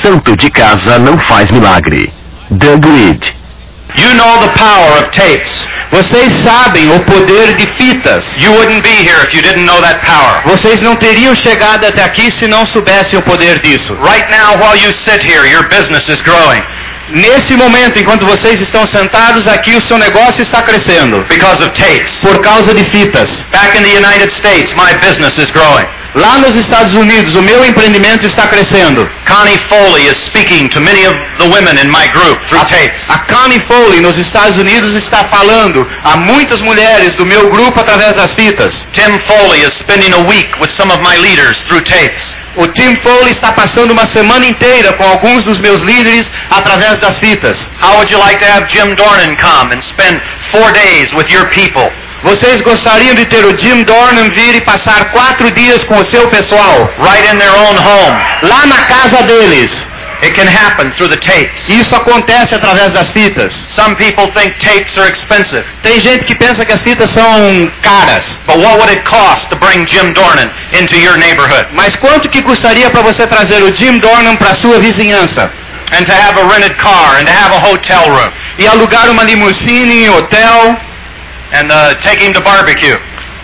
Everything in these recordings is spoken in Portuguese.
Santo de casa não faz milagre. Doug Reed. You know the power of tapes. Vocês sabem o poder de fitas. You wouldn't be here if you didn't know that power. Vocês não teriam chegado até aqui se não soubessem o poder disso. Right now, while you sit here, your business is growing. Nesse momento, enquanto vocês estão sentados aqui, o seu negócio está crescendo. Because of tapes. Por causa de fitas. Back in the United States, my business is growing. Lá nos Estados Unidos, o meu empreendimento está crescendo. Connie Foley is speaking to many of the women in my group through tapes. A Connie Foley nos Estados Unidos está falando a muitas mulheres do meu grupo através das fitas. Tim Foley is spending a week with some of my leaders through tapes. O Tim Foley está passando uma semana inteira com alguns dos meus líderes através das fitas. How would you like to have Jim Dornan come and spend 4 days with your people? Vocês gostariam de ter o Jim Dornan vir e passar 4 dias com o seu pessoal? Right in their own home. Lá na casa deles. It can happen through the tapes. Isso acontece através das fitas. Some people think tapes are expensive. Tem gente que pensa que as fitas são caras. But what would it cost to bring Jim Dornan into your neighborhood? Mas quanto que custaria para você trazer o Jim Dornan para sua vizinhança? And to have a rented car and to have a hotel room. E alugar uma limusine em hotel. And take him to barbecue.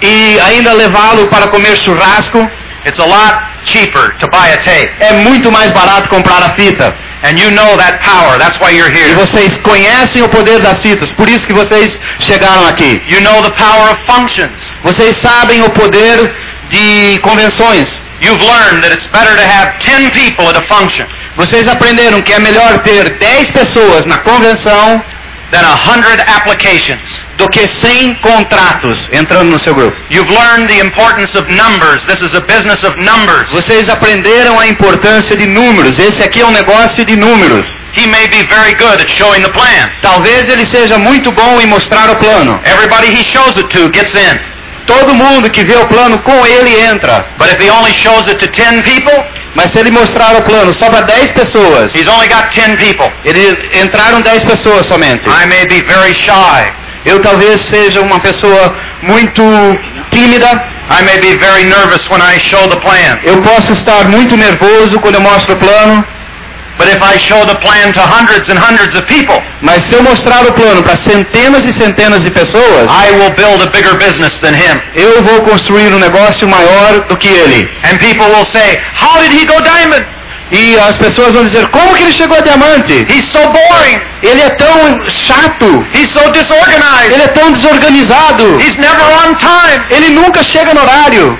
E ainda levá-lo para comer churrasco. It's a lot cheaper to buy a tape. É muito mais barato comprar a fita. And you know that power. That's why you're here. E vocês conhecem o poder das fitas, por isso que vocês chegaram aqui. You know the power of functions. Vocês sabem o poder de convenções. You've learned that it's better to have 10 people at a function. Vocês aprenderam que é melhor ter 10 pessoas na convenção than 100 applications. Do que 100 contratos entrando no seu grupo. You've learned the importance of numbers. This is a business of numbers. Vocês aprenderam a importância de números. Esse aqui é um negócio de números. He may be very good at showing the plan. Talvez ele seja muito bom em mostrar o plano. Everybody he shows it to gets in. Todo mundo que vê o plano com ele entra. But if he only shows it to 10 people, mas se ele mostrar o plano só para 10 pessoas, he's only got 10 people. Entraram 10 pessoas somente. I may be very shy. Eu talvez seja uma pessoa muito tímida. I may be very nervous when I show the plan. Eu posso estar muito nervoso quando eu mostro o plano. But if I show the plan to hundreds and hundreds of people, mas se eu mostrar o plano para centenas e centenas de pessoas, I will build a bigger business than him. Eu vou construir um negócio maior do que ele. And people will say, "How did he go diamond?" E as pessoas vão dizer, como que ele chegou a diamante? He's so boring. Ele é tão chato. He's so disorganized. Ele é tão desorganizado. He's never on time. Ele nunca chega no horário.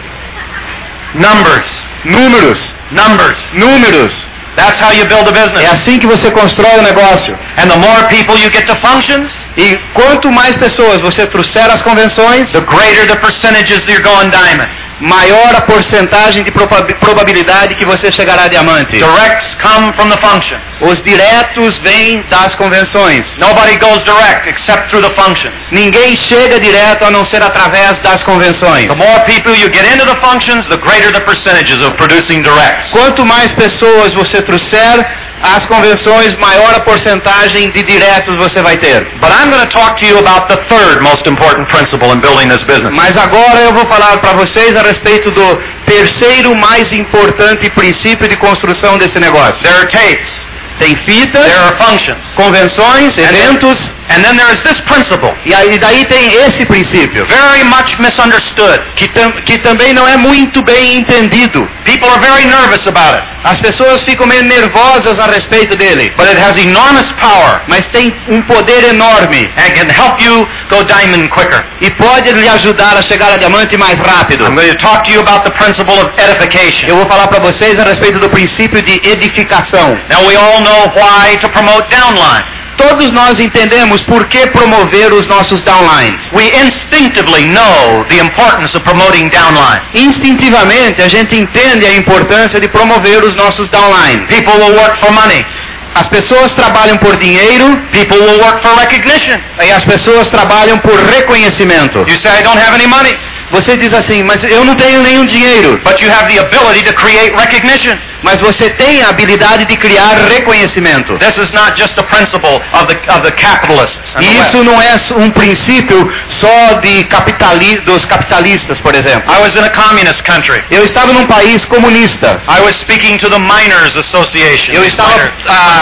Numbers. Números. Numbers. Números. That's how you build a business. É assim que você constrói o negócio. And the more people you get to functions, e quanto mais pessoas você trouxer às convenções, the greater the percentages that you're going diamond. Maior a porcentagem de probabilidade que você chegará a diamante. Directs come from the functions. Os diretos vêm das convenções. Nobody goes direct except through the functions. Ninguém chega direto a não ser através das convenções. The more people you get into the functions, the greater the percentages of producing directs. Quanto mais pessoas você trouxer às convenções, maior a porcentagem de diretos você vai ter. But I'm going to talk to you about the third most important principle in building this business. Mas agora eu vou falar para vocês a respeito do terceiro mais importante princípio de construção desse negócio. There are tapes. Tem fitas, there are functions, convenções, eventos, and then there is this principle. E aí daí tem esse princípio, very much misunderstood, que também não é muito bem entendido. People are very nervous about it. As pessoas ficam meio nervosas a respeito dele. But it has enormous power. Mas tem um poder enorme. And can help you go diamond quicker. E pode lhe ajudar a chegar a diamante mais rápido. I'm going to talk to you about the principle of edification. Eu vou falar para vocês a respeito do princípio de edificação. Now we all know why to promote downline. Todos nós entendemos por que promover os nossos downlines. We instinctively know the importance of promoting downline. Instintivamente a gente entende a importância de promover os nossos downlines. People will work for money. As pessoas trabalham por dinheiro. People will work for recognition. E as pessoas trabalham por reconhecimento. You say I don't have any money. Você diz assim, mas eu não tenho nenhum dinheiro. But you have the ability to create recognition. Mas você tem a habilidade de criar reconhecimento. This is not just a principle of the capitalists. and the E West. isso não é um princípio só de dos capitalistas, por exemplo. I was in a communist country. Eu estava num país comunista. I was speaking to the Miners Association. Eu estava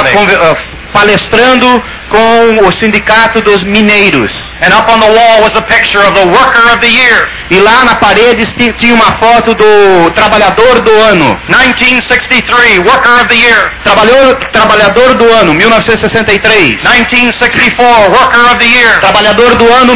palestrando com o sindicato dos mineiros. And up on the wall was a picture of the Worker of the Year. E lá na parede tinha uma foto do trabalhador do ano. 1963, Worker of the Year. Trabalhador do ano, 1963. 1964, Worker of the Year. Trabalhador do ano,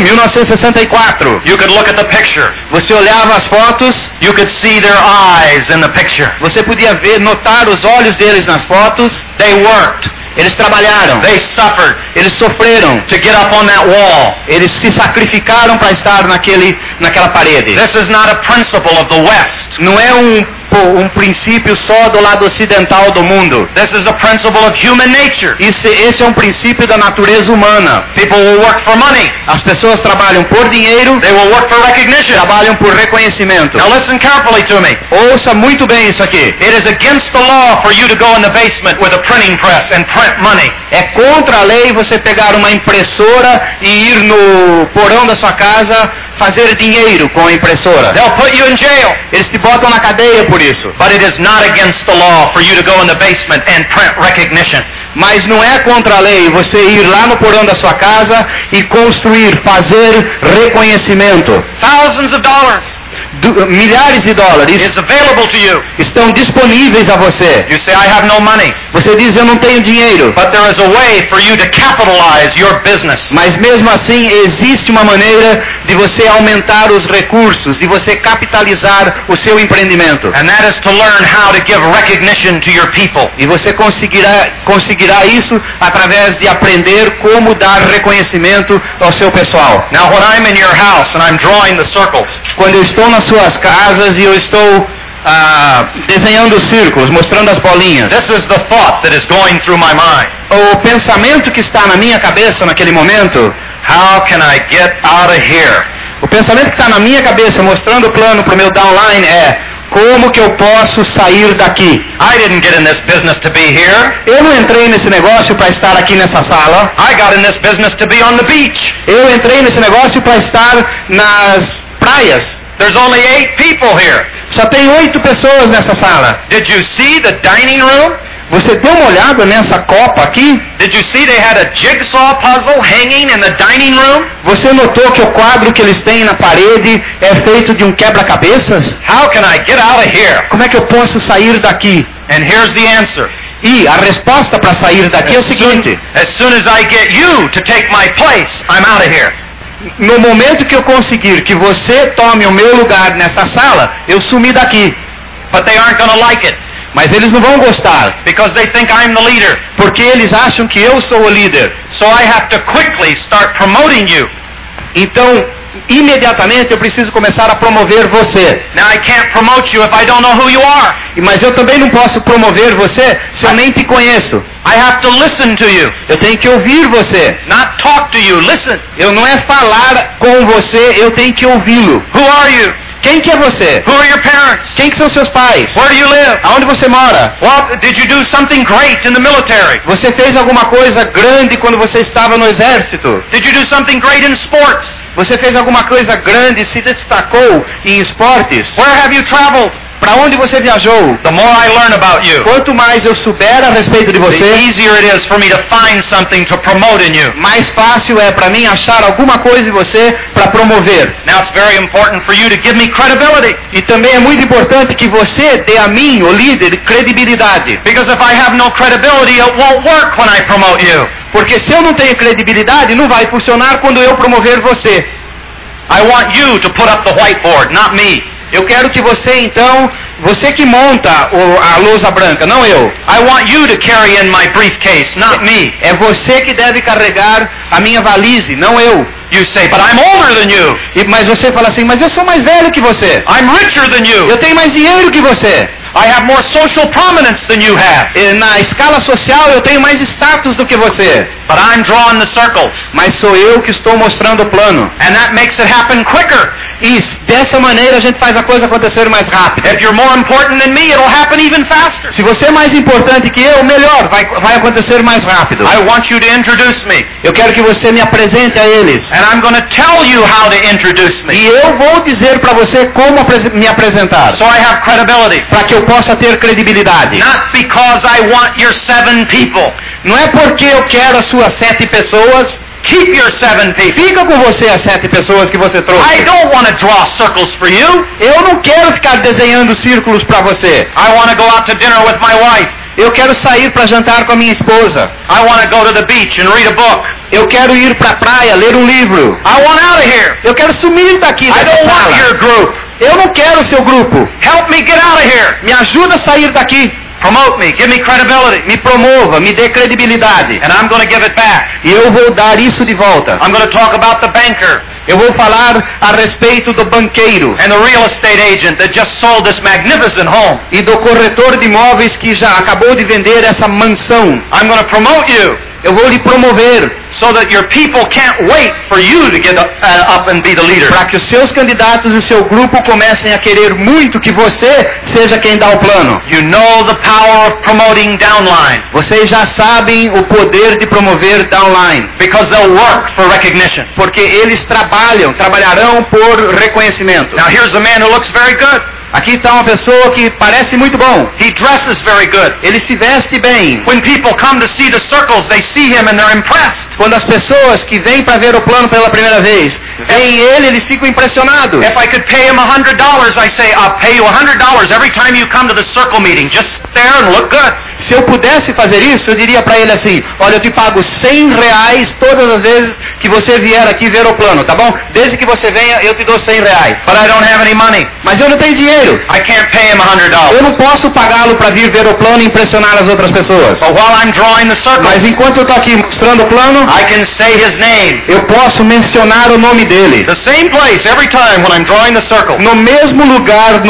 1964. You could look at the picture. Você olhava as fotos, You could see their eyes in the picture. você podia notar os olhos deles nas fotos. They worked. Eles trabalharam, They suffered eles sofreram, to get up on that wall. eles se sacrificaram para estar naquela parede. This is not a principle of the West. Não é um princípio só do lado ocidental do mundo. This is a principle of human nature. Esse é um princípio da natureza humana. People will work for money. As pessoas trabalham por dinheiro, They will work for recognition. trabalham por reconhecimento. Now listen carefully to me. Ouça muito bem isso aqui. It is against the law for you to go in the basement with a printing press and print money. É contra a lei você pegar uma impressora e ir no porão da sua casa fazer dinheiro com a impressora. They'll put you in jail. Eles te botam na cadeia por isso. But it is not against the law for you to go in the basement and print recognition. Mas não é contra a lei você ir lá no porão da sua casa e construir, fazer reconhecimento. Thousands of dollars Milhares de dólares is available to you. estão disponíveis a você. You say, I have no money. Você diz, eu não tenho dinheiro. But there is a way for you to capitalize your business. Mas mesmo assim, existe uma maneira de você aumentar os recursos, de você capitalizar o seu empreendimento. And that is to learn how to give recognition to your people. E você conseguirá isso através de aprender como dar reconhecimento ao seu pessoal. Now when I'm in your house and I'm drawing the circles, Quando eu estou nas suas casas e eu estou desenhando os círculos, mostrando as bolinhas, this is the thought that is going through my mind. o pensamento que está na minha cabeça naquele momento, How can I get out of here? o pensamento que está na minha cabeça mostrando o plano para o meu downline é: como que eu posso sair daqui? I didn't get in this business to be here. Eu não entrei nesse negócio para estar aqui nessa sala. I got in this business to be on the beach. Eu entrei nesse negócio para estar nas praias. There's only 8 people here. Só tem 8 pessoas nessa sala. Did you see the dining room? Você deu uma olhada nessa copa aqui? Did you see they had a jigsaw puzzle hanging in the dining room? Você notou que o quadro que eles têm na parede é feito de um quebra-cabeças? How can I get out of here? Como é que eu posso sair daqui? And here's the answer. E a resposta para sair daqui é o seguinte: As soon as I get you to take my place, I'm out of here. no momento que eu conseguir que você tome o meu lugar nessa sala, eu sumi daqui. But they aren't going to like it Mas eles não vão gostar, because they think I'm the leader. porque eles acham que eu sou o líder. So I have to quickly start promoting you. Então, imediatamente eu preciso começar a promover você. Now I can't promote you if I don't know who you are. Mas eu também não posso promover você se eu nem te conheço. I have to listen to you, Eu tenho que ouvir você. not talk to you. Listen. Eu não é falar com você, eu tenho que ouvi-lo. Who are you? Quem que é você? Who are your parents? Quem que são seus pais? Where do you live? Aonde você mora? What did you do something great in the military? Você fez alguma coisa grande quando você estava no exército? Did you do something great in sports? Você fez alguma coisa grande, se destacou em esportes? Where have you traveled? Para onde você viajou? The more I learn about you, Quanto mais eu souber a respeito de the você, easier it is for me to find something to promote in you. mais fácil é para mim achar alguma coisa em você para promover. Now it's very important for you to give me credibility. E também é muito importante que você dê a mim, o líder, credibilidade. Because if I have no credibility, it won't work when I promote you. Porque se eu não tenho credibilidade, não vai funcionar quando eu promover você. I want you to put up the whiteboard, not me. Eu quero que você, então, você que monta a lousa branca, não eu. I want you to carry in my briefcase, not me. É você que deve carregar a minha valise, não eu. You say, but I'm older than you. Mas você fala assim, mas eu sou mais velho que você. I'm richer than you. Eu tenho mais dinheiro que você. I have more social prominence than you have. Na escala social eu tenho mais status do que você. But I'm drawing the circles. Mas sou eu que estou mostrando o plano. And that makes it happen quicker. E dessa maneira a gente faz a coisa acontecer mais rápido. If you're more important than me, it'll happen even faster. Se você é mais importante que eu, melhor, vai acontecer mais rápido. I want you to introduce me. Eu quero que você me apresente a eles. And I'm going to tell you how to introduce me. E eu vou dizer para você como me apresentar. So I have credibility. Para que eu possa ter credibilidade. Not because I want your 7 people. Não é porque eu quero as suas 7 pessoas. Keep your 7 people. Fica com você as 7 pessoas que você trouxe. I don't want to draw circles for you. Eu não quero ficar desenhando círculos para você. I want to go out to dinner with my wife. Eu quero sair para jantar com a minha esposa. I want to go to the beach and read a book. Eu quero ir para a praia, ler um livro. I want out of here. Eu quero sumir daqui I dessa don't want sala. your group. Eu não quero o seu grupo. Help me get out of here. Me ajuda a sair daqui. Promote me. Give me credibility. Me promova, me dê credibilidade. And I'm going to give it back. E eu vou dar isso de volta. I'm going to talk about the banker. Eu vou falar a respeito do banqueiro. And the real estate agent that just sold this magnificent home. E do corretor de imóveis que já acabou de vender essa mansão. I'm going to promote you. Eu vou lhe promover. So that your people can't wait for you to get up and be the leader. Para que os seus candidatos e seu grupo comecem a querer muito que você seja quem dá o plano. You know the power of promoting downline. Vocês já sabem o poder de promover downline. Because they'll work for recognition. Porque eles trabalharão por reconhecimento. Now here's a man who looks very good. Aqui está uma pessoa que parece muito bom. He dresses very good. Ele se veste bem. When people come to see the circles, they see him and they're impressed. Quando as pessoas que vêm para ver o plano pela primeira vez veem ele, eles ficam impressionados. If I could pay him $100, I say, I'll pay you $100 every time you come to the circle meeting. Just sit there and look good. Se eu pudesse fazer isso, eu diria para ele assim: olha, eu te pago R$100 todas as vezes que você vier aqui ver o plano, tá bom? Desde que você venha, eu te dou R$100. But I don't have any money. Mas eu não tenho dinheiro. I can't pay him $100. Eu não posso pagá-lo para vir ver o plano e impressionar as outras pessoas. But while I'm drawing the circle, Mas enquanto eu estou aqui mostrando o plano, I can say his name. eu posso mencionar o nome dele. The same place every time when I'm drawing the circle. No mesmo lugar,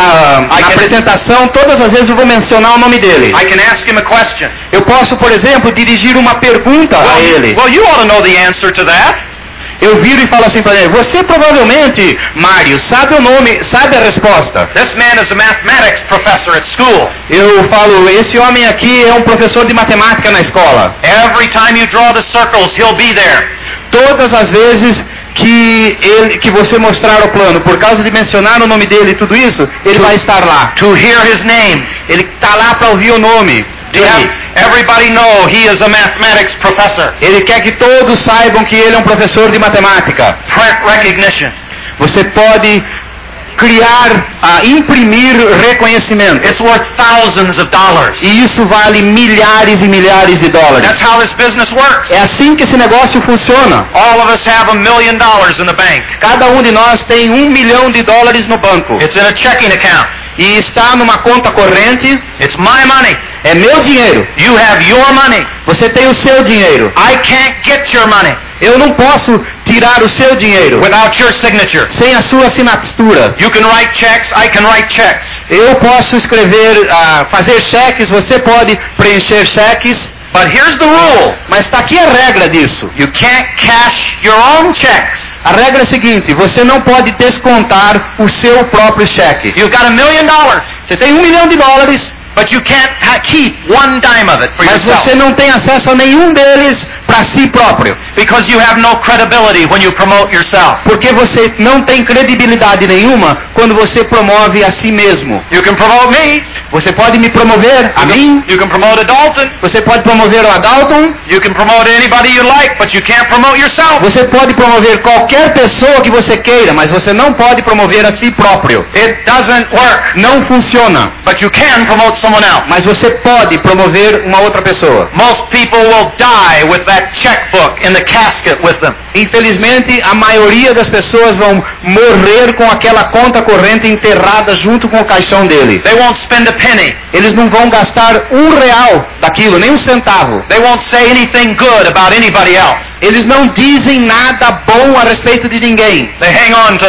na apresentação, todas as vezes eu vou mencionar o nome dele. I can ask him a question. Eu posso, por exemplo, dirigir uma pergunta a ele. Well, you ought to know the answer to that. Eu viro e falo assim para ele: você provavelmente, Mário, sabe o nome, sabe a resposta. This man is a mathematics professor at school. Eu falo: esse homem aqui é um professor de matemática na escola. Every time you draw the circles, he'll be there. Todas as vezes que você mostrar o plano, por causa de mencionar o nome dele e tudo isso, ele vai estar lá. To hear his name. Ele está lá para ouvir o nome. Everybody know he is a mathematics professor. Ele quer que todos saibam que ele é um professor de matemática. Print recognition. Você pode imprimir reconhecimento. It's worth thousands of dollars. E isso vale milhares e milhares de dólares. That's how this business works. É assim que esse negócio funciona. All of us have $1 million in the bank. Cada um de nós tem $1 milhão no banco. It's in a checking account. E está numa conta corrente. It's my money. É meu dinheiro. You have your money. Você tem o seu dinheiro. I can't get your money. Eu não posso tirar o seu dinheiro without your signature. Sem a sua assinatura. You can write checks, I can write checks. Eu posso escrever, fazer cheques, você pode preencher cheques. But here's the rule. Mas está aqui a regra disso. You can't cash your own checks. A regra é a seguinte: você não pode descontar o seu próprio cheque. You've got $1 million. Você tem $1 milhão. But you can't keep one dime of it for Mas yourself. você não tem acesso a nenhum deles para si próprio. Because you have no credibility when you promote yourself. Porque você não tem credibilidade nenhuma quando você promove a si mesmo. You can promote me. Você pode me promover a mim. You can promote a Dalton. Você pode promover o Adalton. You can promote anybody you like, but you can't promote yourself. Você pode promover qualquer pessoa que você queira, mas você não pode promover a si próprio. It doesn't work. Não funciona. But you can promote someone else. Mas você pode promover uma outra pessoa. Most people will die with that checkbook in the casket with them. Infelizmente, a maioria das pessoas vão morrer com aquela conta corrente enterrada junto com o caixão dele. They won't spend a penny. Eles não vão gastar R$1 daquilo, nem um centavo. They won't say anything good about anybody else. Eles não dizem nada bom a respeito de ninguém. They hang on to that.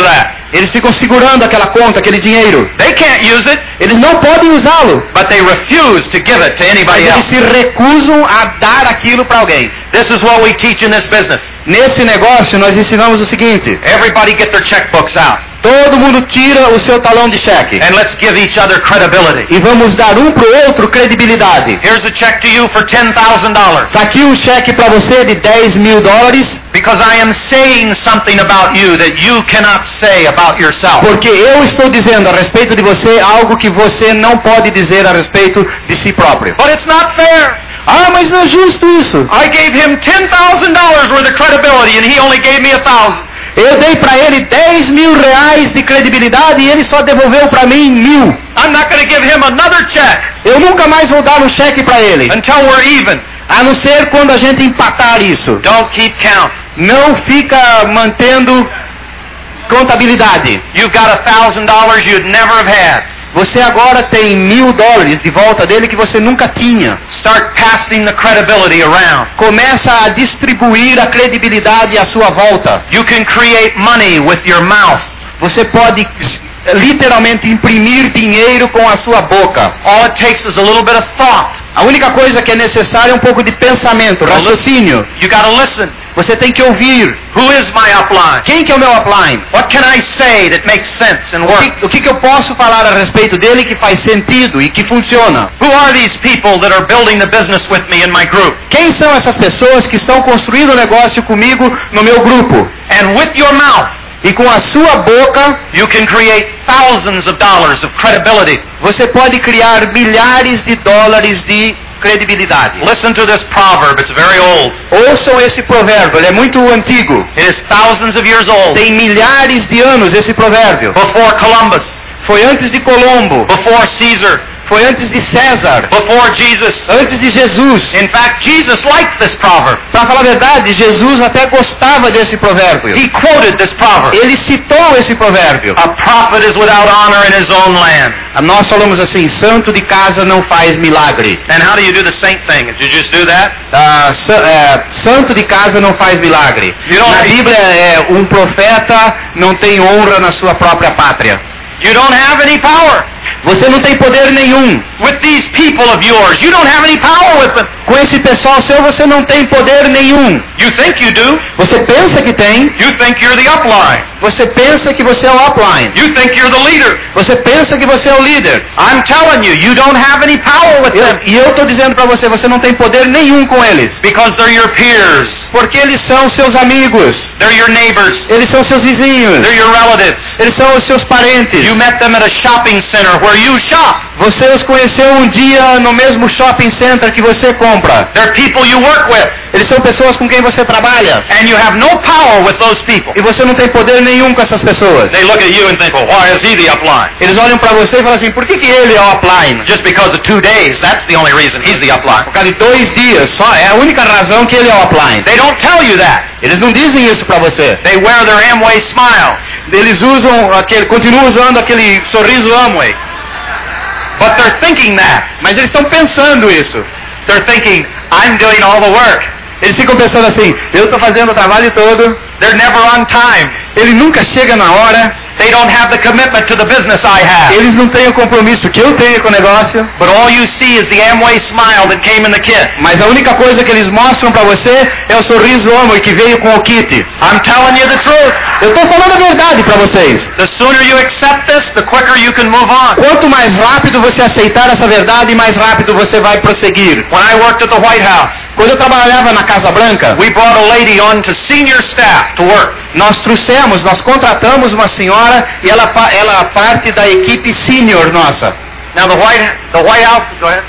Eles ficam segurando aquela conta, aquele dinheiro. They can't use it, Eles não podem usá-lo, but they refuse to give it to mas anybody eles else. se recusam a dar aquilo para alguém. This is what we teach in this business. Nesse negócio, nós ensinamos o seguinte: Everybody get their checkbooks out, todo mundo tira o seu talão de cheque. and let's give each other credibility. E vamos dar um para o outro credibilidade. Here's a check to you for $10,000, Está aqui um cheque para você de $10.000, because I am saying something about you that you cannot say about yourself. porque eu estou dizendo a respeito de você algo que você não pode dizer a respeito de si próprio. But it's not fair. Ah, mas não é justo isso. I gave him $10,000 worth of credibility, and he only gave me $1,000. Eu dei para ele R$10.000 de credibilidade e ele só devolveu para mim 1.000. I'm not going to give him another check Eu nunca mais vou dar um cheque para ele, until we're even. a não ser quando a gente empatar isso. Don't keep count. Não fica mantendo contabilidade. You've got $1,000 you'd never have had. Você agora tem $1.000 de volta dele que você nunca tinha. Start passing the credibility around. Começa a distribuir a credibilidade à sua volta. You can create money with your mouth. Você pode literalmente imprimir dinheiro com a sua boca. All it takes is a little bit of thought. A única coisa que é necessária é um pouco de pensamento, raciocínio. You got to listen. Você tem que ouvir. Who is my upline? Quem que é o meu upline? What can I say that makes sense and works? O que eu posso falar a respeito dele que faz sentido e que funciona? Who are these people that are building the business with me in my group? Quem são essas pessoas que estão construindo o negócio comigo no meu grupo? And with your mouth, E com a sua boca, you can create thousands of dollars of credibility. você pode criar milhares de dólares de credibilidade. Listen to this proverb. It's very old. Ouçam esse provérbio, ele é muito antigo. It is thousands of years old. Tem milhares de anos esse provérbio. Before Columbus, Foi antes de Colombo, before Caesar, foi antes de César, before Jesus. antes de Jesus. In fact, Jesus liked this proverb. Para falar a verdade, Jesus até gostava desse provérbio. He quoted this proverb. Ele citou esse provérbio. A prophet is without honor in his own land. Nós falamos assim, santo de casa não faz milagre. And how do you do the saint thing? Did you just do that? Santo de casa não faz milagre. You don't Na have- Bíblia, um profeta não tem honra na sua própria pátria. You don't have any power. Você não tem poder nenhum. With these people of yours, you don't have any power with them. Com esse pessoal seu, você não tem poder nenhum. You think you do. Você pensa que tem. You think you're the upline. Você pensa que você é o upline. You think you're the leader. Você pensa que você é o líder. I'm telling you, you don't have any power with them. E eu estou dizendo para você, você não tem poder nenhum com eles. Because they're your peers. Porque eles são seus amigos. They're your neighbors. Eles são seus vizinhos. They're your relatives. Eles são os seus parentes. You met them at a shopping center where you shop. Você os conheceu um dia no mesmo shopping center que você compra. They're people you work with. Eles são pessoas com quem você trabalha. And you have no power with those people. E você não tem poder nenhum com essas pessoas. They look at you and think, well, why is he the upline? Eles olham para você e falam assim, por que ele é o upline? Just because of 2 days, that's the only reason he's the upline. Por causa de 2 dias, só é a única razão que ele é o upline. They don't tell you that. Eles não dizem isso para você. They wear their Amway smile. Eles continuam usando aquele sorriso Amway. But they're thinking that. Mas eles estão pensando isso. They're thinking, I'm doing all the work. Eles ficam pensando assim, eu estou fazendo o trabalho todo. They're never on time. Ele nunca chega na hora. They don't have the commitment to the business I have. Eles não têm o compromisso que eu tenho com o negócio. But all you see is the Amway smile that came in the kit. Mas a única coisa que eles mostram para você é o sorriso Amway que veio com o kit. I'm telling you the truth. Eu estou falando a verdade para vocês. The sooner you accept this, the quicker you can move on. Quanto mais rápido você aceitar essa verdade, mais rápido você vai prosseguir. When I worked at the White House, Quando eu trabalhava na Casa Branca, we brought a lady on to senior staff to work. nós contratamos uma senhora e ela parte da equipe senior nossa. Now the White House, go ahead.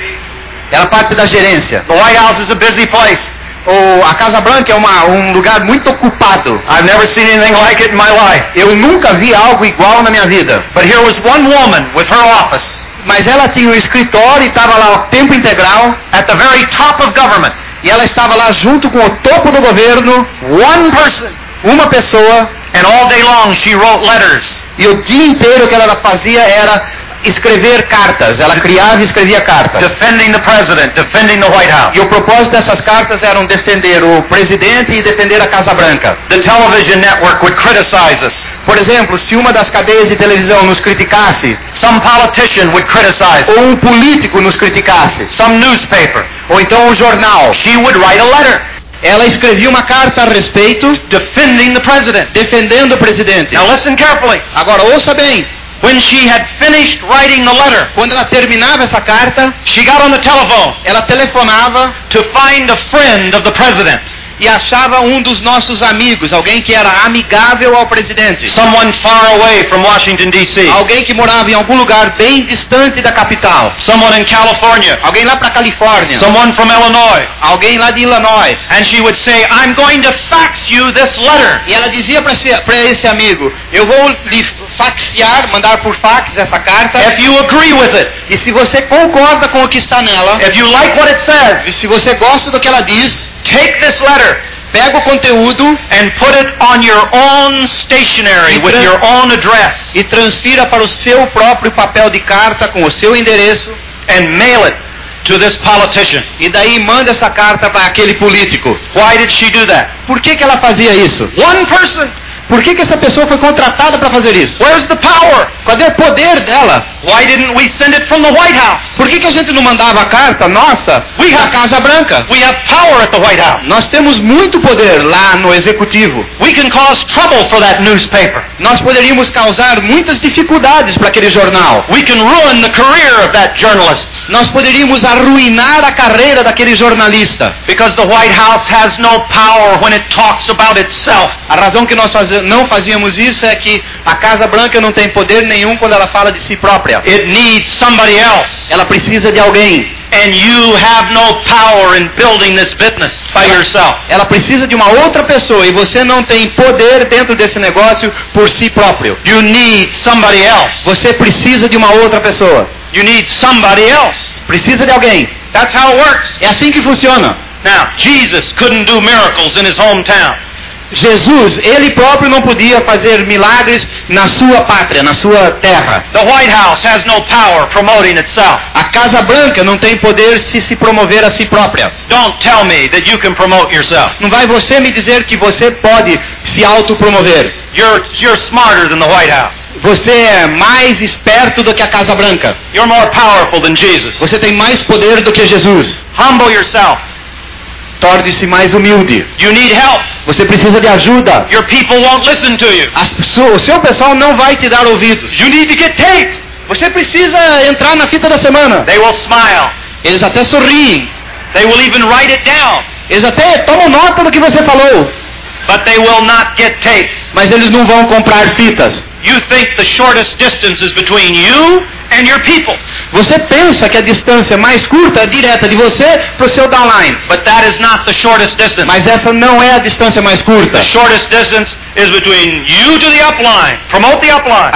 Ela parte da gerência. The White House is a busy place. A Casa Branca é um lugar muito ocupado. I've never seen anything like it in my life. Eu nunca vi algo igual na minha vida. But here was one woman with her office Mas ela tinha um escritório e estava lá o tempo integral. at the very top of government. E ela estava lá junto com o topo do governo. One person. Uma pessoa. And all day long she wrote letters E o dia inteiro o que ela fazia era escrever cartas. Ela criava e escrevia cartas. defending the president, defending the White House. E o propósito dessas cartas era defender o presidente e defender a Casa Branca. The television network would criticize us. Por exemplo, se uma das cadeias de televisão nos criticasse, Some politician would criticize us. ou um político nos criticasse, Some newspaper. ou então um jornal, She would write a letter ela escrevia uma carta a respeito, defending the president. defendendo o presidente. Now listen carefully. Agora ouça bem, When she had finished writing the letter, quando ela terminava essa carta, she got on the telephone ela telefonava to find a friend of the president. e achava um dos nossos amigos, alguém que era amigável ao presidente. Someone far away from Washington, D.C. Alguém que morava em algum lugar bem distante da capital. Someone in California. Alguém lá para Califórnia. Someone from Illinois. Alguém lá de Illinois. And she would say, I'm going to fax you this letter. E ela dizia para esse amigo, eu vou lhe faxear, mandar por fax essa carta. If you agree with it, E se você concorda com o que está nela, if you like what it says, e se você gosta do que ela diz, take this letter pega o conteúdo and put it on your own stationery with your own address e transfira para o seu próprio papel de carta com o seu endereço. and mail it to this politician. E daí manda essa carta para aquele político. Why did she do that? Por que ela fazia isso? One person. Por que essa pessoa foi contratada para fazer isso? Where's the power? Cadê o poder dela? Why didn't we send it from the White House? Por que a gente não mandava a carta nossa da Casa Branca? We have power at the White House. Nós temos muito poder lá no executivo. We can cause trouble for that newspaper. Nós poderíamos causar muitas dificuldades para aquele jornal. We can ruin the career of that journalist. Nós poderíamos arruinar a carreira daquele jornalista. Because the White House has no power when it talks about itself. A razão que nós não fazíamos isso é que a Casa Branca não tem poder nenhum quando ela fala de si própria. It needs somebody else. Ela precisa de alguém. And you have no power in building this business by yourself. Ela precisa de uma outra pessoa e você não tem poder dentro desse negócio por si próprio. You need somebody else. Você precisa de uma outra pessoa. You need somebody else. Precisa de alguém. That's how it works. É assim que funciona. Now, Jesus couldn't do miracles in his hometown. Jesus, ele próprio não podia fazer milagres na sua pátria, na sua terra. The White House has no power promoting itself. A Casa Branca não tem poder se promover a si própria. Don't tell me that you can promote yourself. Não vai você me dizer que você pode se autopromover. You're smarter than the White House. Você é mais esperto do que a Casa Branca. You're more powerful than Jesus. Você tem mais poder do que Jesus. Humble yourself. Torne-se mais humilde. You need help. Você precisa de ajuda. Your people won't listen to you. O seu pessoal não vai te dar ouvidos. You need to get tapes. Você precisa entrar na fita da semana. They will smile. Eles até sorriem. They will even write it down. Eles até tomam nota do que você falou. But they will not get tapes. Mas eles não vão comprar fitas. You think the shortest distance is between you and your people. Você pensa que a distância mais curta é direta de você para o seu downline. But that is not the shortest distance. Mas essa não é a distância mais curta. The shortest distance is between you to the upline. Promote the upline.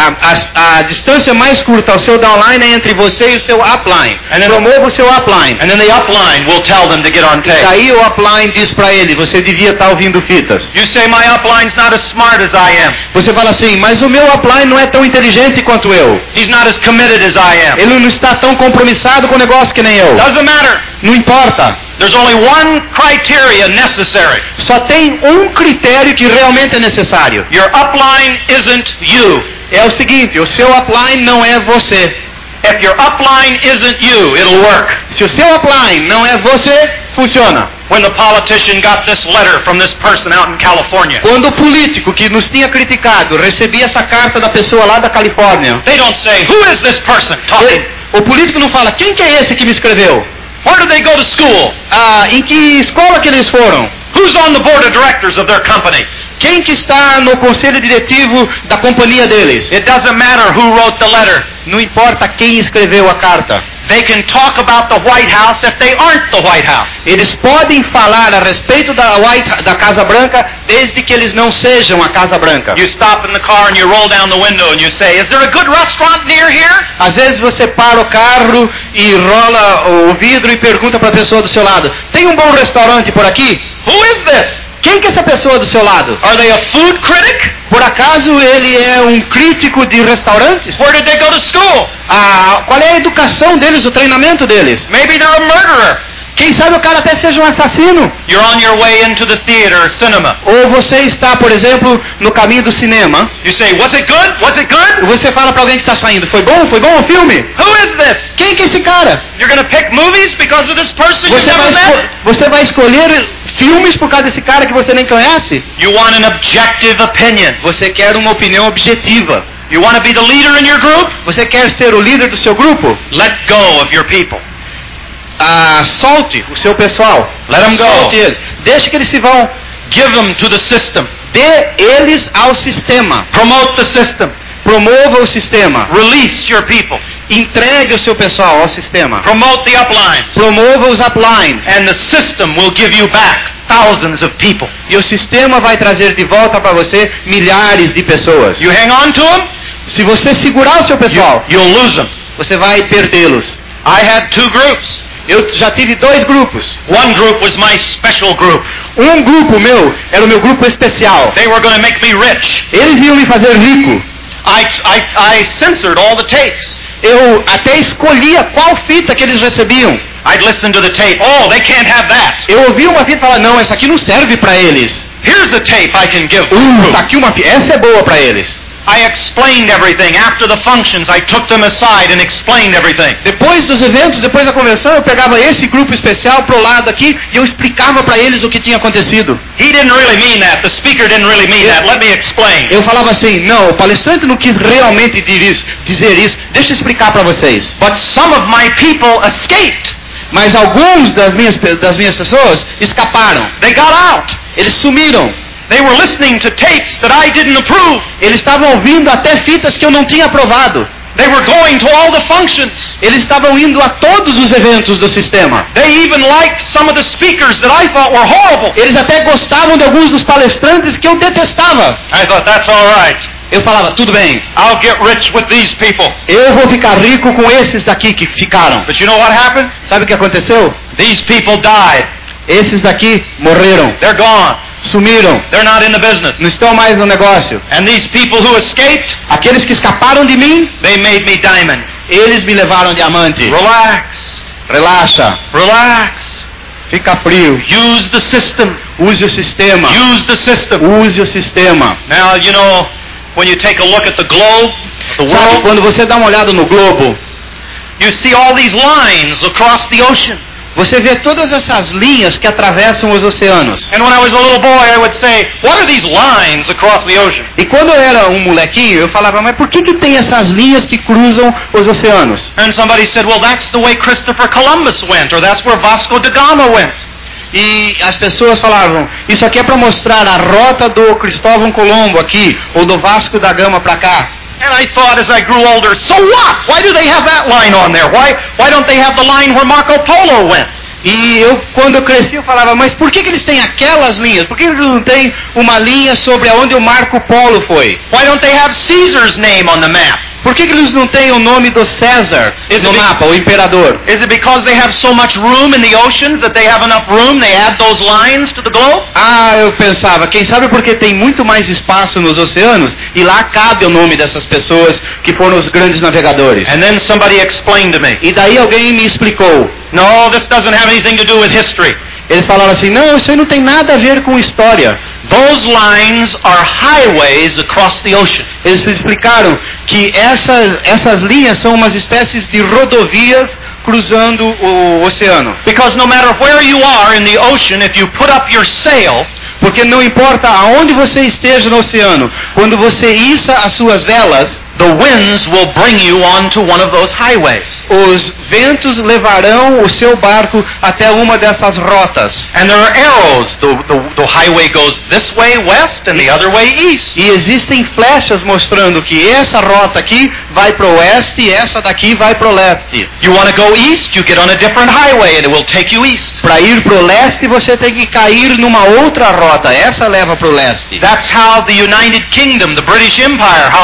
A distância mais curta ao seu downline é entre você e o seu upline. Promova o seu upline. And then the upline will tell them to get on tape. Daí o upline diz para ele, você devia estar ouvindo fitas. You say my upline's not as smart as I am. Você fala assim, mas o meu upline não é tão inteligente quanto eu. He's not as committed as I am. Ele não está tão compromissado com o negócio que nem eu. Doesn't matter. Não importa. There's only one criteria necessary. Só tem um critério que realmente é necessário. Your upline isn't you. É o seguinte, o seu upline não é você. If your upline isn't you, it'll work. Se o seu upline não é você, funciona. When the politician got this letter from this person out in California, Quando o político que nos tinha criticado recebia essa carta da pessoa lá da Califórnia, they don't say, who is this person talking? o político não fala, quem que é esse que me escreveu? Where do they go to school? Em que escola que eles foram? Who's on the board of directors of their company? Quem que está no conselho diretivo da companhia deles? It doesn't matter who wrote the letter. Não importa quem escreveu a carta. They can talk about the White House if they aren't the White House. Eles podem falar a respeito da Casa Branca desde que eles não sejam a Casa Branca. You stop in the car and you roll down the window and you say, is there a good restaurant near here? Às vezes você para o carro e rola o vidro e pergunta para a pessoa do seu lado, tem um bom restaurante por aqui? Who is this? Quem que é essa pessoa do seu lado? Are they a food critic? Por acaso ele é um crítico de restaurantes? Where did they go to school? Qual é a educação deles, o treinamento deles? Maybe they're a murderer. Quem sabe o cara até seja um assassino? You're on your way into the theater or cinema. Ou você está, por exemplo, no caminho do cinema. You say, was it good? Was it good? E você fala para alguém que está saindo, foi bom? Foi bom o filme? Who is this? Quem que é esse cara? You're going to pick movies because of this person you never met? Você vai escolher filmes por causa desse cara que você nem conhece? You want an objective opinion. Você quer uma opinião objetiva. You want to be the leader in your group? Você quer ser o líder do seu grupo? Let go of your people. Solte o seu pessoal. Let them go. Solte eles. Deixe que eles se vão. Give them to the system. Dê eles ao sistema. Promote the system. Promova o sistema. Release your people. Entregue o seu pessoal ao sistema. Promote the uplines. Promova os uplines. And the system will give you back thousands of people. E o sistema vai trazer de volta para você milhares de pessoas. You hang on to them, se você segurar o seu pessoal, you'll lose them. Você vai perdê-los. I had 2 groups. Eu já tive 2 grupos. One group was my special group. Um grupo meu era o meu grupo especial. They were going to make me rich. Eles iam me fazer rico. I censored all the tapes. Eu até escolhia qual fita que eles recebiam. I'd listen to the tape. Oh, they can't have that. Eu ouvia uma fita e falava, não, essa aqui não serve para eles. Here's a tape I can give. Tá aqui uma fita, essa é boa para eles. I explained everything. After the functions, I took them aside and explained everything. Depois dos eventos, depois da convenção, eu pegava esse grupo especial pro lado aqui e eu explicava para eles o que tinha acontecido. He didn't really mean that. The speaker didn't really mean that. Let me explain. Eu falava assim, não, o palestrante não quis realmente dizer isso. Deixa eu explicar para vocês. But some of my people escaped. Mas alguns das minhas pessoas escaparam. They got out. Eles sumiram. They were listening to tapes that I didn't approve. Eles estavam ouvindo até fitas que eu não tinha aprovado. They were going to all the functions. Eles estavam indo a todos os eventos do sistema. They even liked some of the speakers that I thought were horrible. Eles até gostavam de alguns dos palestrantes que eu detestava. I thought, that's all right. Eu falava, tudo bem. I'll get rich with these people. Eu vou ficar rico com esses daqui que ficaram. But you know what happened? Sabe o que aconteceu? These people died. Esses daqui morreram. They're gone. Sumiram. They're not in the business. Não estão mais no negócio. And these people who escaped, aqueles que escaparam de mim, they made me diamond. Eles me levaram diamante. Relax. Relaxa. Relax. Fica frio. Use the system. Use o sistema. Use the system. Use o sistema. Now, you know, when you take a look at the globe, the world, sabe, quando você dá uma olhada no globo, you see all these lines across the ocean. Você vê todas essas linhas que atravessam os oceanos. And when I was a little boy, I would say, what are these lines across the ocean? E quando eu era um molequinho, eu falava, mas por que tem essas linhas que cruzam os oceanos? And somebody said, well, that's the way Christopher Columbus went, or that's where Vasco da Gama went. E as pessoas falavam, isso aqui é para mostrar a rota do Cristóvão Colombo aqui, ou do Vasco da Gama para cá. And I thought as I grew older, so what? Why do they have that line on there? Why don't they have the line where Marco Polo went? E eu, quando eu cresci, eu falava, mas por que eles têm aquelas linhas? Por que eles não têm uma linha sobre aonde o Marco Polo foi? Why don't they have Caesar's name on the map? Por que eles não têm o nome do César no mapa, o imperador? Is it because they have so much room in the oceans that they have enough room, they add those lines to the globe? Eu pensava, quem sabe porque tem muito mais espaço nos oceanos e lá cabe o nome dessas pessoas que foram os grandes navegadores. And then somebody explained to me. E daí alguém me explicou. No, this doesn't have anything to do with history. Eles falaram assim, não, isso aí não tem nada a ver com história. Those lines are highways across the ocean. Eles explicaram que essas linhas são umas espécies de rodovias cruzando o oceano. Because no matter where you are in the ocean, if you put up your sail, porque não importa aonde você esteja no oceano, quando você issa as suas velas, the winds will bring you onto one of those highways. Os ventos levarão o seu barco até uma dessas rotas. And there are arrows. The highway goes this way west and the other way east. E existem flechas mostrando que essa rota aqui vai para o oeste e essa daqui vai para o leste. You want to go east, you get on a different highway and it will take you east. Para ir para o leste você tem que cair numa outra rota. Essa leva para o leste. That's how the United Kingdom, the British Empire, how they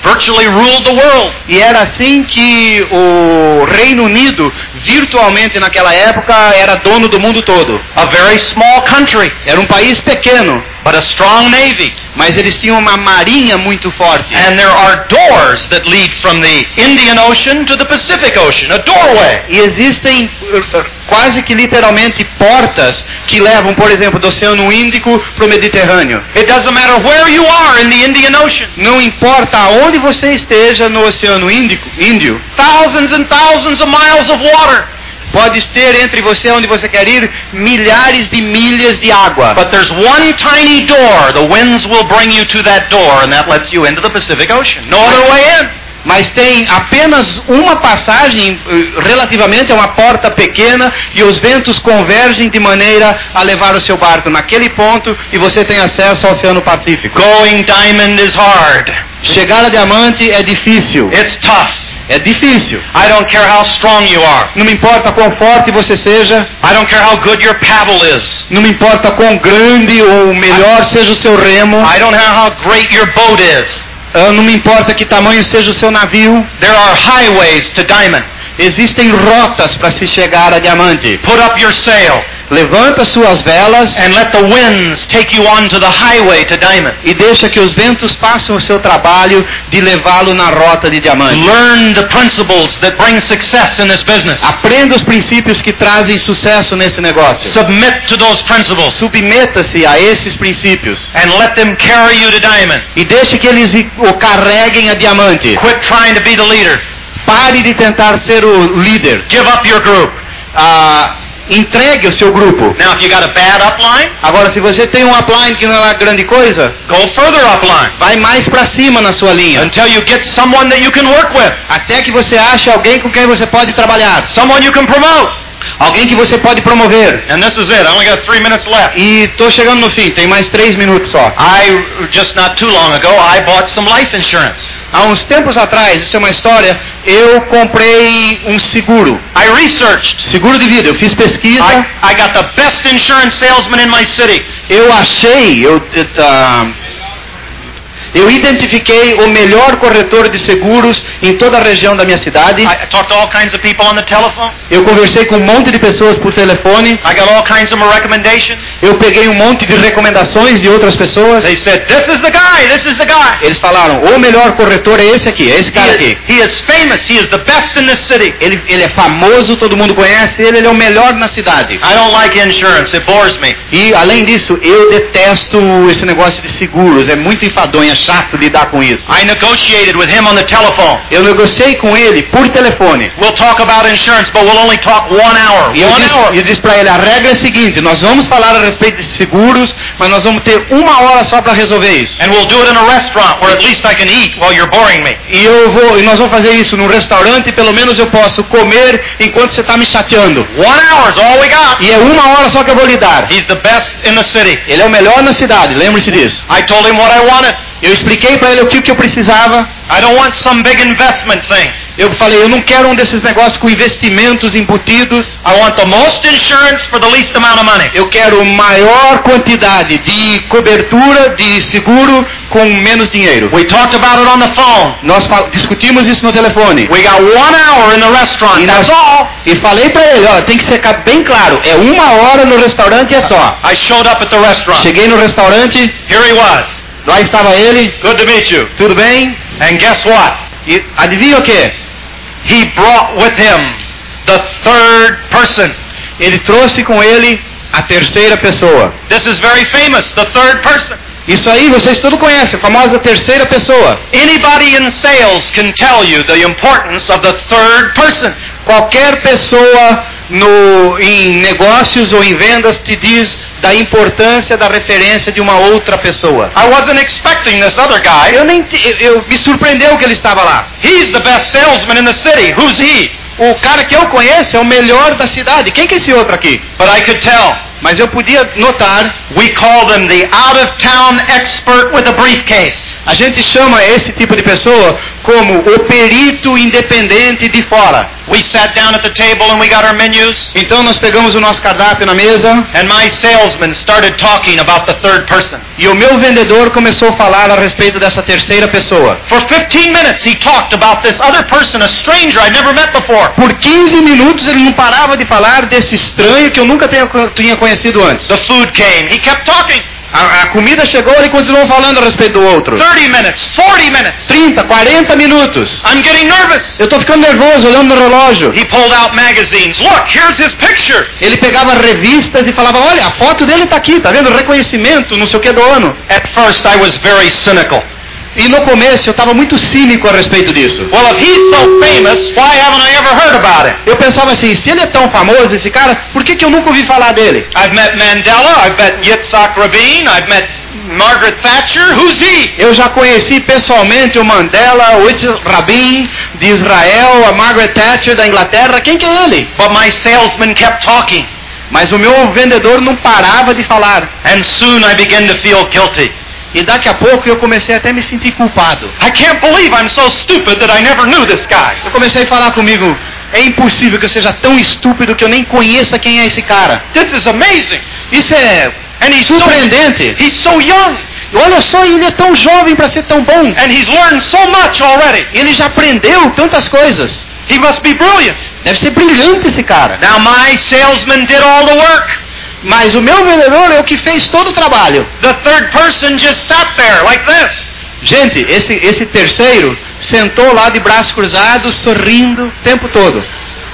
virtually ruled the world. E era assim que o Reino Unido, virtualmente naquela época, era dono do mundo todo. A very small country, Era um país pequeno, but a strong navy. mas eles tinham uma marinha muito forte. And there are doors that lead from the Indian Ocean to the Pacific Ocean, a doorway. E existem quase que literalmente portas que levam, por exemplo, do Oceano Índico para o Mediterrâneo. It doesn't matter where you are in the Indian Ocean. Não importa aonde você esteja no Oceano Índio, Thousands and thousands of miles of water. pode ter entre você onde você quer ir milhares de milhas de água. But there's one tiny door. The winds will bring you to that door, and that lets you into the Pacific Ocean. No other way in. Mas tem apenas uma passagem, relativamente a uma porta pequena, e os ventos convergem de maneira a levar o seu barco naquele ponto, e você tem acesso ao Oceano Pacífico. Going diamond is hard. Chegar a diamante é difícil. It's tough. É difícil. I don't care how strong you are. Não me importa quão forte você seja, I don't care how good your paddle is. não me importa quão grande ou melhor seja o seu remo, I don't care how great your boat is. não me importa que tamanho seja o seu navio. There are highways to diamond. Existem rotas para se chegar a diamante. Put up your sail Levanta suas velas and let the winds take you on to the highway to diamond. e deixa que os ventos façam o seu trabalho de levá-lo na rota de diamante. Learn the principles that bring success in this business. Aprenda os princípios que trazem sucesso nesse negócio. Submit to those principles Submeta-se a esses princípios and let them carry you to diamond. e deixe que eles o carreguem a diamante. Quit trying to be the leader. Pare de tentar ser o líder. Give up your group. Entregue o seu grupo. Now, if you got a bad upline, Agora, se você tem um upline que não é lá grande coisa, go further upline vai mais para cima na sua linha. until you get someone that you can work with, Até que você ache alguém com quem você pode trabalhar. someone you can promote. Alguém que você pode promover. And this is it. I only got 3 minutes left. E tô chegando no fim, tem mais 3 minutos só. Just not too long ago, I bought some life insurance. Há uns tempos atrás, isso é uma história, eu comprei um seguro. I researched. Seguro de vida, eu fiz pesquisa. I got the best insurance salesman in my city. Eu achei, eu identifiquei o melhor corretor de seguros em toda a região da minha cidade. I talked to all kinds of people on the telephone. Eu conversei com um monte de pessoas por telefone. I got all kinds of recommendations. Eu peguei um monte de recomendações de outras pessoas. They said, this is the guy, this is the guy. Eles falaram, o melhor corretor é esse aqui, é esse cara aqui. He is famous, he is the best in this city. Ele é famoso, todo mundo conhece ele é o melhor na cidade. I don't like insurance, it bores me. E, além disso, eu detesto esse negócio de seguros, é muito enfadonho, é chato lidar com isso. I negotiated with him on the telephone. Eu negociei com ele por telefone. We'll talk about insurance, but we'll only talk 1 hour. E eu disse para ele, a regra é a seguinte, nós vamos falar a respeito de seguros, mas nós vamos ter 1 hora só para resolver isso. And we'll do it in a restaurant where at least I can eat while you're boring me. E nós vamos fazer isso num restaurante e pelo menos eu posso comer enquanto você está me chateando. 1 hour is all we got. E é 1 hora só que eu vou lhe dar. He's the best in the city. Ele é o melhor na cidade, lembre-se disso. I told him what I wanted. Eu expliquei para ele o que eu precisava. I don't want some big investment thing. Eu falei, eu não quero um desses negócios com investimentos embutidos. I want the most insurance for the least amount of money. Eu quero maior quantidade de cobertura, de seguro, com menos dinheiro. We talked about it on the phone. Nós discutimos isso no telefone. We got 1 hour in the restaurant, that's all. E falei para ele, ó, tem que ficar bem claro, é 1 hora no restaurante e é só. I showed up at the restaurant. Cheguei no restaurante, Here he was. lá estava ele. Good to meet you. Tudo bem? And guess what? E adivinha o quê? He brought with him the third person. Ele trouxe com ele a terceira pessoa. This is very famous, the third person. Isso aí vocês todos conhecem, a famosa terceira pessoa. Anybody in sales can tell you the importance of the third person. Qualquer pessoa em negócios ou em vendas te diz da importância da referência de uma outra pessoa. I wasn't expecting this other guy. Eu me surpreendeu que ele estava lá. He's the best salesman in the city. Who's he? O cara que eu conheço é o melhor da cidade. Quem que é esse outro aqui? But I could tell Mas eu podia notar, We call them the out-of-town expert with a briefcase. a gente chama esse tipo de pessoa como o perito independente de fora. We sat down at the table and we got our menus, Então nós pegamos o nosso cardápio na mesa and my salesman started talking about the third person. e o meu vendedor começou a falar a respeito dessa terceira pessoa. For 15 minutes he talked about this other person, a stranger I'd never met before. Por 15 minutos ele não parava de falar desse estranho que eu nunca tinha conhecido antes. The food came. He kept talking. A comida chegou e ele continuou falando a respeito do outro. 30 minutes, 40 minutes. 30, 40 minutos. I'm getting nervous. Eu tô ficando nervoso olhando no relógio. He pulled out magazines. Look, here's his picture. Ele pegava revistas e falava, olha, a foto dele tá aqui, tá vendo? Reconhecimento, não sei o que do ano. At first I was very cynical. E no começo eu estava muito cínico a respeito disso. Well, if he's so famous, why haven't I ever heard about him? Eu pensava assim, se ele é tão famoso, esse cara, por que eu nunca ouvi falar dele? I've met Mandela, I've met Yitzhak Rabin, I've met Margaret Thatcher. Who's he? Eu já conheci pessoalmente o Mandela, o Yitzhak Rabin de Israel, a Margaret Thatcher da Inglaterra. Quem que é ele? But my salesman kept talking. Mas o meu vendedor não parava de falar. And soon I began to feel guilty. E daqui a pouco eu comecei até a me sentir culpado. I can't believe I'm so stupid that I never knew this guy. Eu comecei a falar comigo, é impossível que eu seja tão estúpido que eu nem conheça quem é esse cara. This is amazing. Isso é And he's surpreendente. he's so young. Olha só, ele é tão jovem para ser tão bom. And he's learned so much already. Ele já aprendeu tantas coisas. He must be brilliant. Deve ser brilhante esse cara. Now my salesman did all the work. Mas o meu vendedor é o que fez todo o trabalho. The third person just sat there like this. Gente, esse terceiro sentou lá de braços cruzados, sorrindo o tempo todo.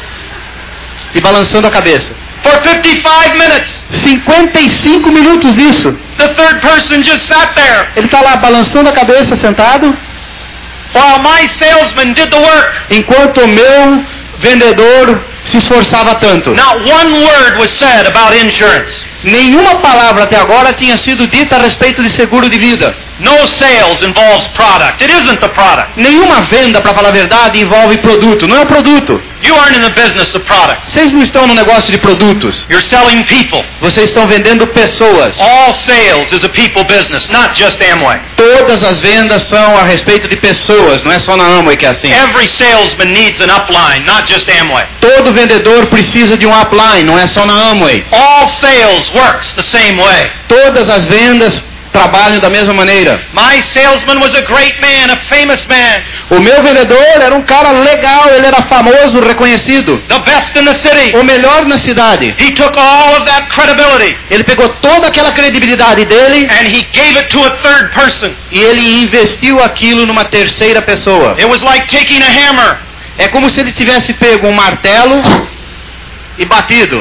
E balançando a cabeça. For 55 minutes. 55 minutos disso. The third person just sat there. Ele está lá balançando a cabeça, sentado. While my salesman did the work. Enquanto o meu vendedor se esforçava tanto. Not one word was said about insurance. Nenhuma palavra até agora tinha sido dita a respeito de seguro de vida. No sales involves product. It isn't the product. Nenhuma venda, para falar a verdade, envolve produto. Não é o produto. You aren't in the business of products. Vocês não estão no negócio de produtos. You're selling people. Vocês estão vendendo pessoas. All sales is a people business, not just Amway. Todas as vendas são a respeito de pessoas. Não é só na Amway que é assim. Every salesman needs an upline, not just Amway. Todo vendedor precisa de um upline. Não é só na Amway. All sales works the same way. Todas as vendas trabalham da mesma maneira. My salesman was a great man, a famous man. O meu vendedor era um cara legal, ele era famoso, reconhecido. The best in the city. O melhor na cidade. He took all of that credibility Ele pegou toda aquela credibilidade dele and he gave it to a third person. e ele investiu aquilo numa terceira pessoa. It was like taking a hammer. É como se ele tivesse pego um martelo e batido.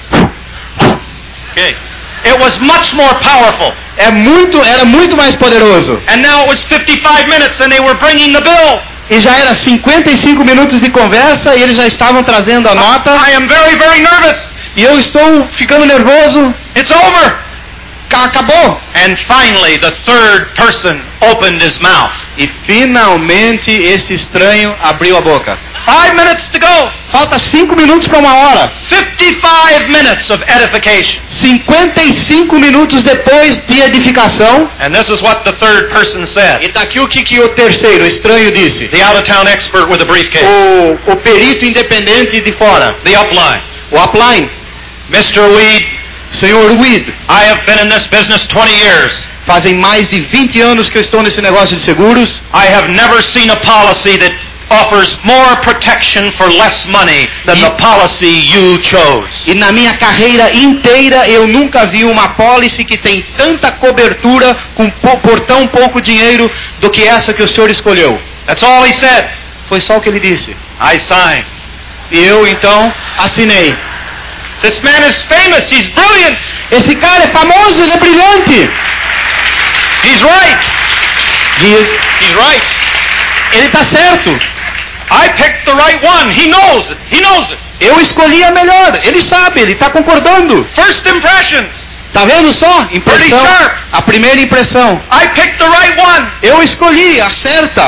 Okay. It was much more powerful. Era muito mais poderoso. And now it was 55 minutes and they were bringing the bill. E já era 55 minutos de conversa e eles já estavam trazendo a nota. I am very, very nervous. E eu estou ficando nervoso. It's over. Acabou. And finally the third person opened his mouth. E finalmente esse estranho abriu a boca. 5 minutes to go. Falta 5 minutos para 1 hora. 55 minutes of edification. 55 minutos depois de edificação. And this is what the third person said. E daqui o que o terceiro, o estranho, disse. The out-of-town expert with a briefcase. O perito independente de fora. The upline. O upline. Mr. Weed, Senhor Weed, I have been in this business 20 years. fazem mais de 20 anos que eu estou nesse negócio de seguros. I have never seen a policy that offers more protection for less money than the policy you chose. E na minha carreira inteira eu nunca vi uma policy que tem tanta cobertura por tão pouco dinheiro do que essa que o senhor escolheu. That's all he said. Foi só o que ele disse. I signed. E eu então assinei. This man is famous. He's brilliant. Esse cara é famoso, ele é brilhante. He's right. He's right. Ele está certo. I picked the right one. He knows it. He knows it. Eu escolhi a melhor. Ele sabe, ele está concordando. First impressions. Tá vendo só? Impressão. Pretty sharp. A primeira impressão. I picked the right one. Eu escolhi, acerta.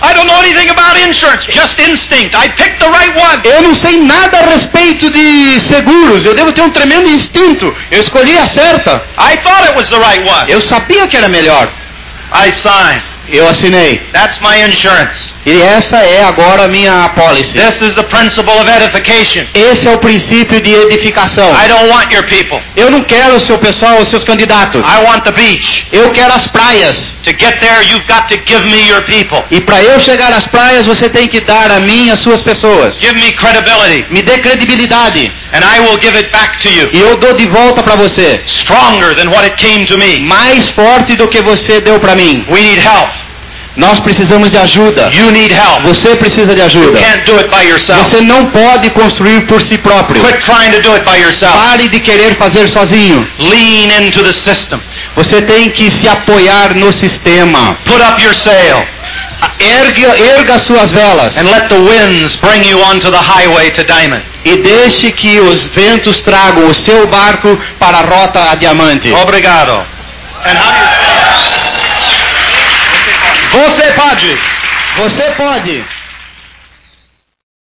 I don't know anything about insurance, just instinct. I picked the right one. Eu não sei nada a respeito de seguros. Eu devo ter um tremendo instinto. Eu escolhi a certa. I thought it was the right one. Eu sabia que era melhor. I signed. Eu assinei. That's my insurance. E essa é agora a minha apólice. This is the principle of edification. Esse é o princípio de edificação. I don't want your people. Eu não quero o seu pessoal, os seus candidatos. I want the beach. Eu quero as praias. To get there, you've got to give me your people. E para eu chegar às praias, você tem que dar a mim as suas pessoas. Give me credibility. Me dê credibilidade. And I will give it back to you. E eu dou de volta para você. Stronger than what it came to me. Mais forte do que você deu para mim. We need help. Nós precisamos de ajuda. You need help. Você precisa de ajuda. You can't do it by yourself. Você não pode construir por si próprio. Quit trying to do it by yourself. Pare de querer fazer sozinho. Lean into the system. Você tem que se apoiar no sistema. Put up your sail. Erga suas velas. And let the winds bring you onto the highway to Diamond. E deixe que os ventos tragam o seu barco para a rota a diamante. Obrigado. And how do you say? Você pode. Você pode.